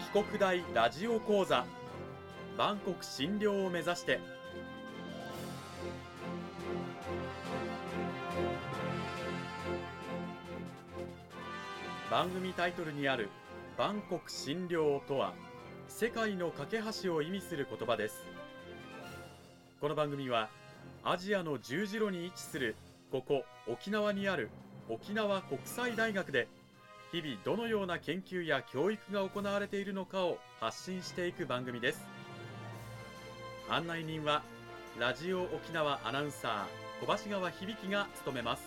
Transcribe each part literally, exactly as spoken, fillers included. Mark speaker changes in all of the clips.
Speaker 1: 帰国大ラジオ講座万国診療を目指して。番組タイトルにある万国診療とは、世界の架け橋を意味する言葉です。この番組はアジアの十字路に位置するここ沖縄にある沖縄国際大学で、日々どのような研究や教育が行われているのかを発信していく番組です。案内人はラジオ沖縄アナウンサー小橋川響が務めます。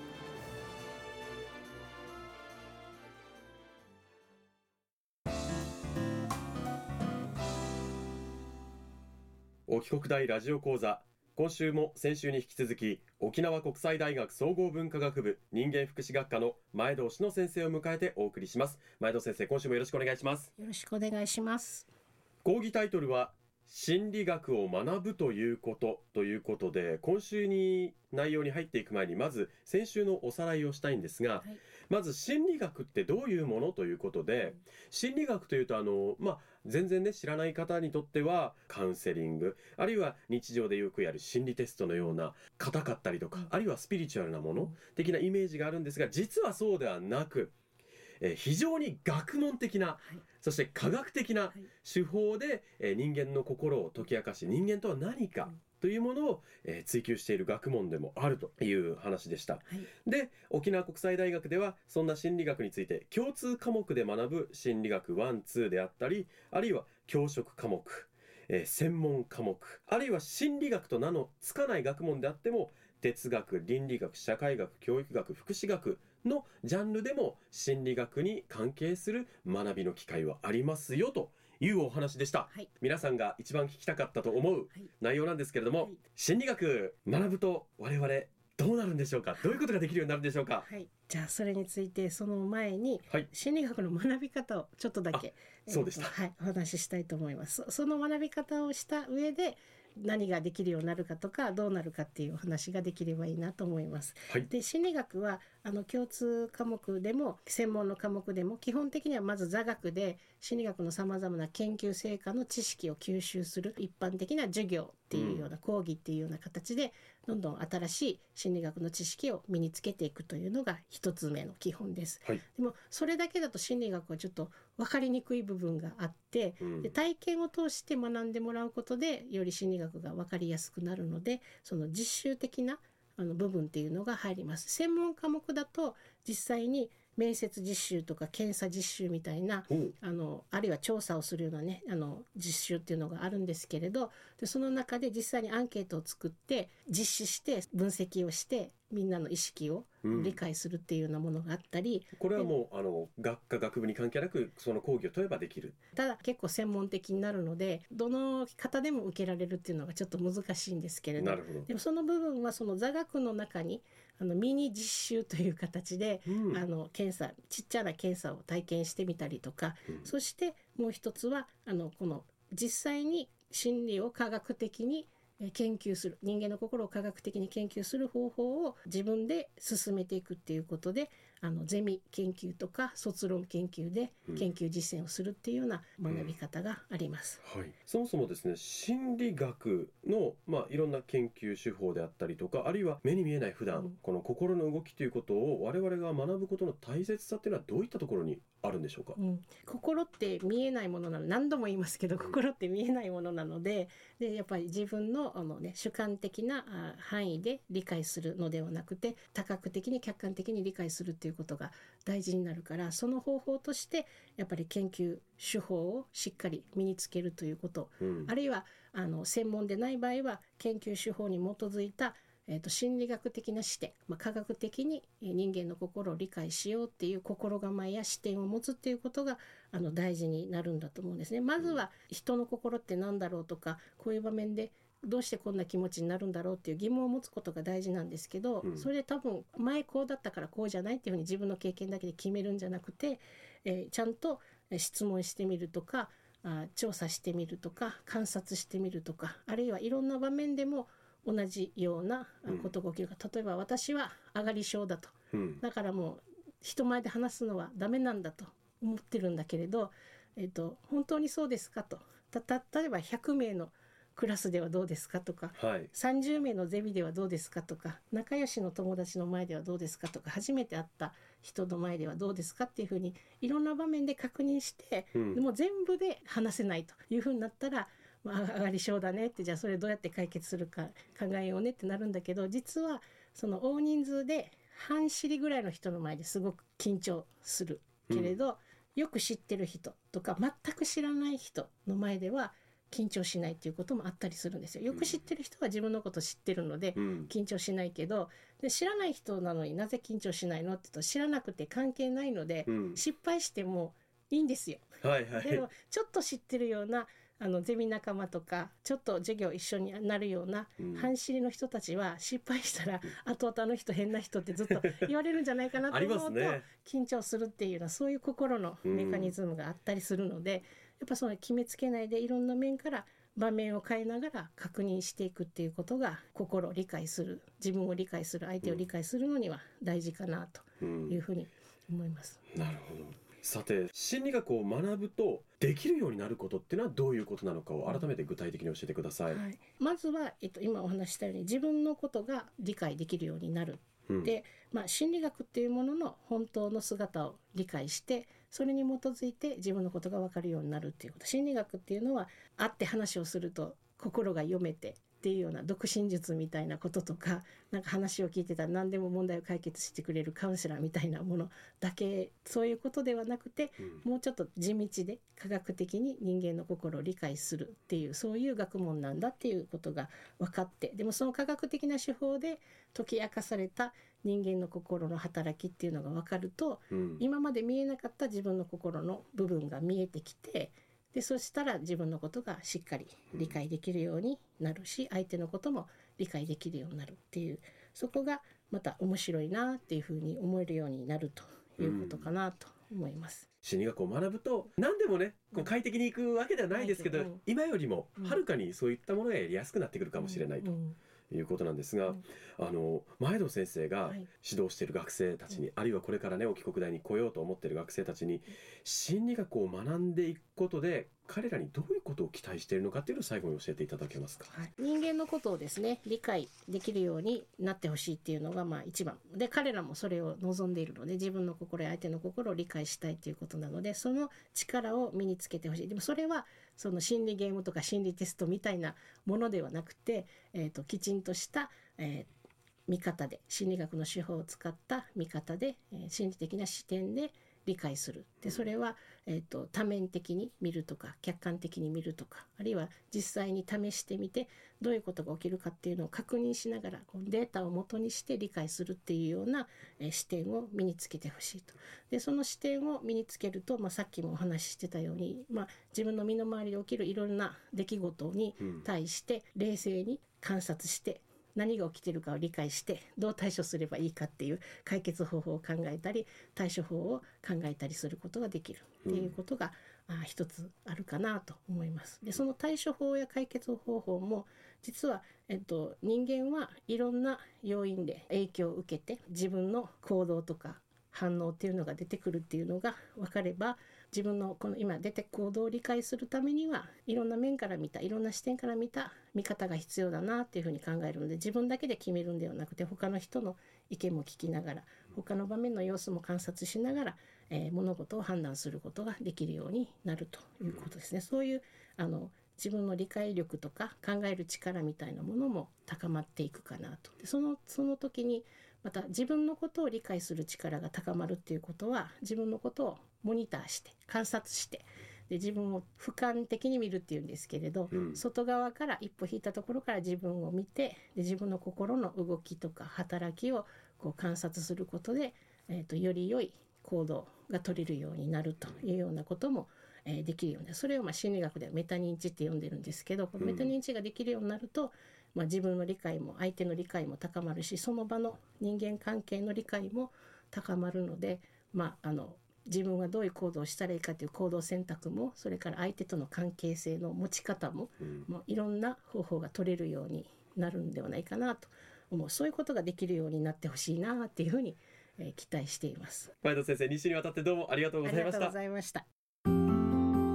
Speaker 1: 沖国大ラジオ講座、今週も先週に引き続き、沖縄国際大学総合文化学部人間福祉学科の前藤志乃先生を迎えてお送りします。前藤先生、今週もよろしくお願いします。
Speaker 2: よろしくお願いします。
Speaker 1: 講義タイトルは心理学を学ぶということということで、今週に内容に入っていく前にまず先週のおさらいをしたいんですが、はい、まず心理学ってどういうものということで、心理学というとあの、まあ、全然ね知らない方にとってはカウンセリング、あるいは日常でよくやる心理テストのような硬かったりとか、あるいはスピリチュアルなもの的なイメージがあるんですが、実はそうではなく、えー、非常に学問的な、はい、そして科学的な手法で、はい、えー、人間の心を解き明かし、人間とは何かというものを、えー、追求している学問でもあるという話でした、はい、で、沖縄国際大学ではそんな心理学について共通科目で学ぶ心理学ワン、ツーであったり、あるいは教職科目、えー、専門科目、あるいは心理学と名のつかない学問であっても哲学、倫理学、社会学、教育学、福祉学のジャンルでも心理学に関係する学びの機会はありますよというお話でした、はい、皆さんが一番聞きたかったと思う内容なんですけれども、はい、心理学学ぶと我々どうなるんでしょうか。どういうことができるようになるんでしょうか。
Speaker 2: はい、じゃあそれについてその前に、はい、心理学の学び方をちょっとだけ、
Speaker 1: そうでした、
Speaker 2: えーはい、お話ししたいと思います。その学び方をした上で何ができるようになるかとかどうなるかっていうお話ができればいいなと思います、はい、で心理学はあの共通科目でも専門の科目でも基本的にはまず座学で心理学のさまざまな研究成果の知識を吸収する一般的な授業っていうような、うん、講義っていうような形でどんどん新しい心理学の知識を身につけていくというのが一つ目の基本です、はい、でもそれだけだと心理学はちょっと分かりにくい部分があって、うん、で体験を通して学んでもらうことでより心理学が分かりやすくなるので、その実習的なあの部分っていうのが入ります。専門科目だと実際に面接実習とか検査実習みたいな、あのあるいは調査をするようなねあの実習っていうのがあるんですけれど、でその中で実際にアンケートを作って実施して分析をしてみんなの意識を理解するっていうようなものがあったり、
Speaker 1: うん、これはもうあの学科学部に関係なくその講義を取ればできる。
Speaker 2: ただ結構専門的になるのでどの方でも受けられるっていうのがちょっと難しいんですけれど、
Speaker 1: なるほど。
Speaker 2: でもその部分はその座学の中にあのミニ実習という形で、うん、あの検査ちっちゃな検査を体験してみたりとか、うん、そしてもう一つはあのこの実際に心理を科学的に研究する、人間の心を科学的に研究する方法を自分で進めていくっていうことで、あのゼミ研究とか卒論研究で研究実践をするっていうような学び方があります、
Speaker 1: うんはい、そもそもですね心理学の、まあ、いろんな研究手法であったりとか、あるいは目に見えない普段、うん、この心の動きということを我々が学ぶことの大切さっていうのはどういったところにあるんでしょうか。
Speaker 2: うん、心って見えないものなの、何度も言いますけど心って見えないものなので、でやっぱり自分の、あの、ね、主観的な範囲で理解するのではなくて多角的に客観的に理解するっていうことが大事になるから、その方法としてやっぱり研究手法をしっかり身につけるということ、うん、あるいはあの専門でない場合は研究手法に基づいたえー、と心理学的な視点、まあ、科学的に人間の心を理解しようっていう心構えや視点を持つっていうことがあの大事になるんだと思うんですね。まずは人の心って何だろうとか、こういう場面でどうしてこんな気持ちになるんだろうっていう疑問を持つことが大事なんですけど、うん、それ多分前こうだったからこうじゃないっていうふうに自分の経験だけで決めるんじゃなくて、えー、ちゃんと質問してみるとか、あ調査してみるとか観察してみるとか、あるいはいろんな場面でも同じようなことが起きるか、うん、例えば私は上がり症だと、うん、だからもう人前で話すのはダメなんだと思ってるんだけれど、 えっと、本当にそうですかと、たた例えばひゃくめいのクラスではどうですかとか、
Speaker 1: はい、
Speaker 2: さんじゅうめいのゼミではどうですかとか、仲良しの友達の前ではどうですかとか、初めて会った人の前ではどうですかっていうふうにいろんな場面で確認して、うん、でも全部で話せないというふうになったら、まあ、上がり症だねって、じゃあそれどうやって解決するか考えようねってなるんだけど、実はその大人数で半知りぐらいの人の前ですごく緊張するけれど、うん、よく知ってる人とか全く知らない人の前では緊張しないっていうこともあったりするんですよ。よく知ってる人は自分のこと知ってるので緊張しないけど、で知らない人なのになぜ緊張しないのって言うと、知らなくて関係ないので、うん、失敗してもいいんですよ、はいはい、でもちょっと知ってるようなあのゼミ仲間とかちょっと授業一緒になるような半知りの人たちは失敗したら、うん、後々あの人変な人ってずっと言われるんじゃないかなと思うと緊張するっていうような、そういう心のメカニズムがあったりするので、うん、やっぱその決めつけないでいろんな面から場面を変えながら確認していくっていうことが、心を理解する、自分を理解する、相手を理解するのには大事かなというふうに思います、
Speaker 1: うん、なるほど。さて、心理学を学ぶとできるようになることっていうのはどういうことなのかを改めて具体的に教えてください、はい、
Speaker 2: まずは、えっと、今お話ししたように自分のことが理解できるようになる、うん、で、まあ、心理学っていうものの本当の姿を理解して、それに基づいて自分のことが分かるようになるっていうこと。心理学っていうのは会って話をすると心が読めてっていうような読心術みたいなこととか、なんか話を聞いてたら何でも問題を解決してくれるカウンセラーみたいなものだけ、そういうことではなくて、うん、もうちょっと地道で科学的に人間の心を理解するっていう、そういう学問なんだっていうことが分かって、でもその科学的な手法で解き明かされた人間の心の働きっていうのが分かると、うん、今まで見えなかった自分の心の部分が見えてきて、でそしたら自分のことがしっかり理解できるようになるし、相手のことも理解できるようになるっていう、そこがまた面白いなっていうふうに思えるようになるということかなと思います、
Speaker 1: うん、心理学を学ぶと何でもね、こう快適にいくわけではないですけど、うん、今よりもはるかにそういったものがやりやすくなってくるかもしれないと、うんうんいうことなんですが、うん、あの前戸先生が指導している学生たちに、はい、あるいはこれからねお帰国大に来ようと思っている学生たちに、心理学を学んでいくことで彼らにどういうことを期待しているのかっていうのを最後に教えていただけますか。
Speaker 2: はい、人間のことをですね理解できるようになってほしいっていうのがまあ一番で、彼らもそれを望んでいるので、自分の心や相手の心を理解したいということなので、その力を身につけてほしい。でもそれはその心理ゲームとか心理テストみたいなものではなくて、えーと、きちんとした、えー、見方で、心理学の手法を使った見方で、えー、心理的な視点で理解する。でそれは、えーと、多面的に見るとか客観的に見るとか、あるいは実際に試してみてどういうことが起きるかっていうのを確認しながら、このデータを元にして理解するっていうような、えー、視点を身につけてほしいと。でその視点を身につけると、まあ、さっきもお話ししてたように、まあ、自分の身の回りで起きるいろんな出来事に対して冷静に観察して、何が起きているかを理解してどう対処すればいいかっていう解決方法を考えたり対処法を考えたりすることができるっていうことが、うん、あ一つあるかなと思います。でその対処法や解決方法も実は、えっと、人間はいろんな要因で影響を受けて自分の行動とか反応っていうのが出てくるっていうのが分かれば、自分のこの今出て行動を理解するためにはいろんな面から見た、いろんな視点から見た見方が必要だなっていうふうに考えるので、自分だけで決めるんではなくて他の人の意見も聞きながら、他の場面の様子も観察しながら、えー、物事を判断することができるようになるということですね。そういうあの自分の理解力とか考える力みたいなものも高まっていくかなと。でそのその時にまた自分のことを理解する力が高まるっていうことは、自分のことをモニターして観察して、で自分を俯瞰的に見るっていうんですけれど、うん、外側から一歩引いたところから自分を見て、で自分の心の動きとか働きをこう観察することで、えーと、より良い行動が取れるようになるというようなことも、えー、できるような、それをまあ心理学ではメタ認知って呼んでるんですけど、このメタ認知ができるようになると、うんまあ、自分の理解も相手の理解も高まるし、その場の人間関係の理解も高まるので、まあ、あの自分がどういう行動をしたらいいかという行動選択も、それから相手との関係性の持ち方も、うん、もういろんな方法が取れるようになるんではないかなと思う。そういうことができるようになってほしいなっていうふうに、えー、期待しています。
Speaker 1: 前田先生、に週にわたってどうもありがとうございました。
Speaker 2: ありがとうございました。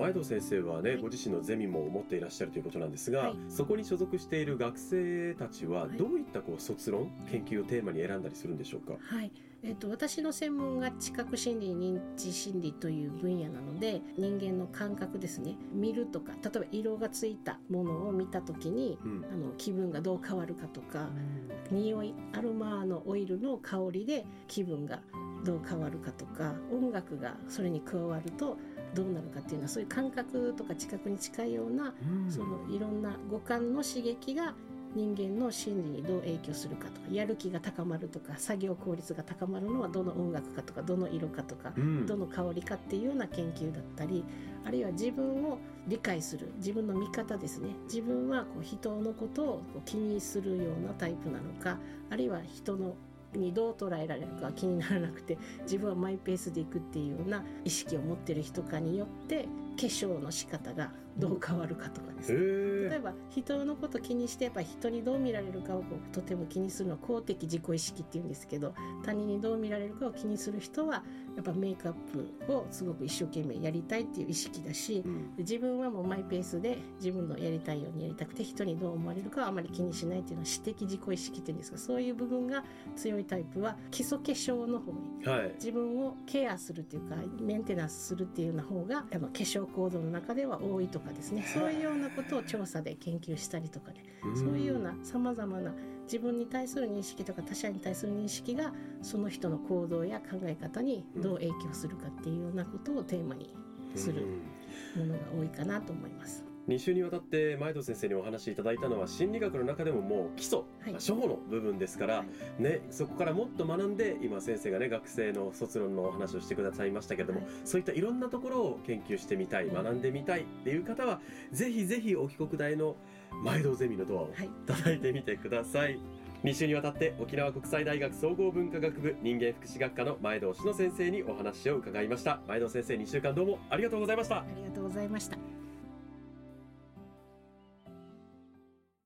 Speaker 1: 前戸先生はね、
Speaker 2: はい、
Speaker 1: ご自身のゼミも持っていらっしゃるということなんですが、はい、そこに所属している学生たちはどういったこう卒論、研究をテーマに選んだりするんでしょうか。
Speaker 2: はい、えーと、私の専門が知覚心理認知心理という分野なので、人間の感覚ですね、見るとか、例えば色がついたものを見た時に、うん、あの気分がどう変わるかとか、うん、匂いアロマのオイルの香りで気分がどう変わるかとか、音楽がそれに加わるとどうなるかっていうのは、そういう感覚とか知覚に近いような、うん、そのいろんな五感の刺激が人間の心理にどう影響するかとか、やる気が高まるとか、作業効率が高まるのはどの音楽かとか、どの色かとか、うん、どの香りかっていうような研究だったり、あるいは自分を理解する自分の見方ですね。自分はこう人のことをこう気にするようなタイプなのか、あるいは人のにどう捉えられるか気にならなくて、自分はマイペースでいくっていうような意識を持っている人かによって化粧の仕方がどう変わるかとかですね、うん、例えば人のこと気にして、やっぱり人にどう見られるかをこうとても気にするのは公的自己意識っていうんですけど、他人にどう見られるかを気にする人はやっぱメイクアップをすごく一生懸命やりたいっていう意識だし、うん、自分はもうマイペースで自分のやりたいようにやりたくて、人にどう思われるかはあまり気にしないっていうのは私的自己意識っていうんですが、そういう部分が強いタイプは基礎化粧の方に、はい、自分をケアするっていうかメンテナンスするっていうような方があの化粧行動の中では多いとかですね、そういうようなことを調査で研究したりとかね、そういうようなさまざまな自分に対する認識とか他者に対する認識がその人の行動や考え方にどう影響するかっていうようなことをテーマにするものが多いかなと思います。
Speaker 1: に週にわたって前戸先生にお話しいただいたのは、心理学の中でももう基礎、はい、初歩の部分ですから、はいね、そこからもっと学んで、今先生がね学生の卒論のお話をしてくださいましたけれども、はい、そういったいろんなところを研究してみたい、学んでみたいっていう方は、ぜひぜひお帰国大の前戸ゼミのドアを叩いてみてください。に週にわたって沖縄国際大学総合文化学部人間福祉学科の前戸志乃先生にお話を伺いました。前戸先生、にしゅうかんどうもありがとうございました。
Speaker 2: ありがとうございました。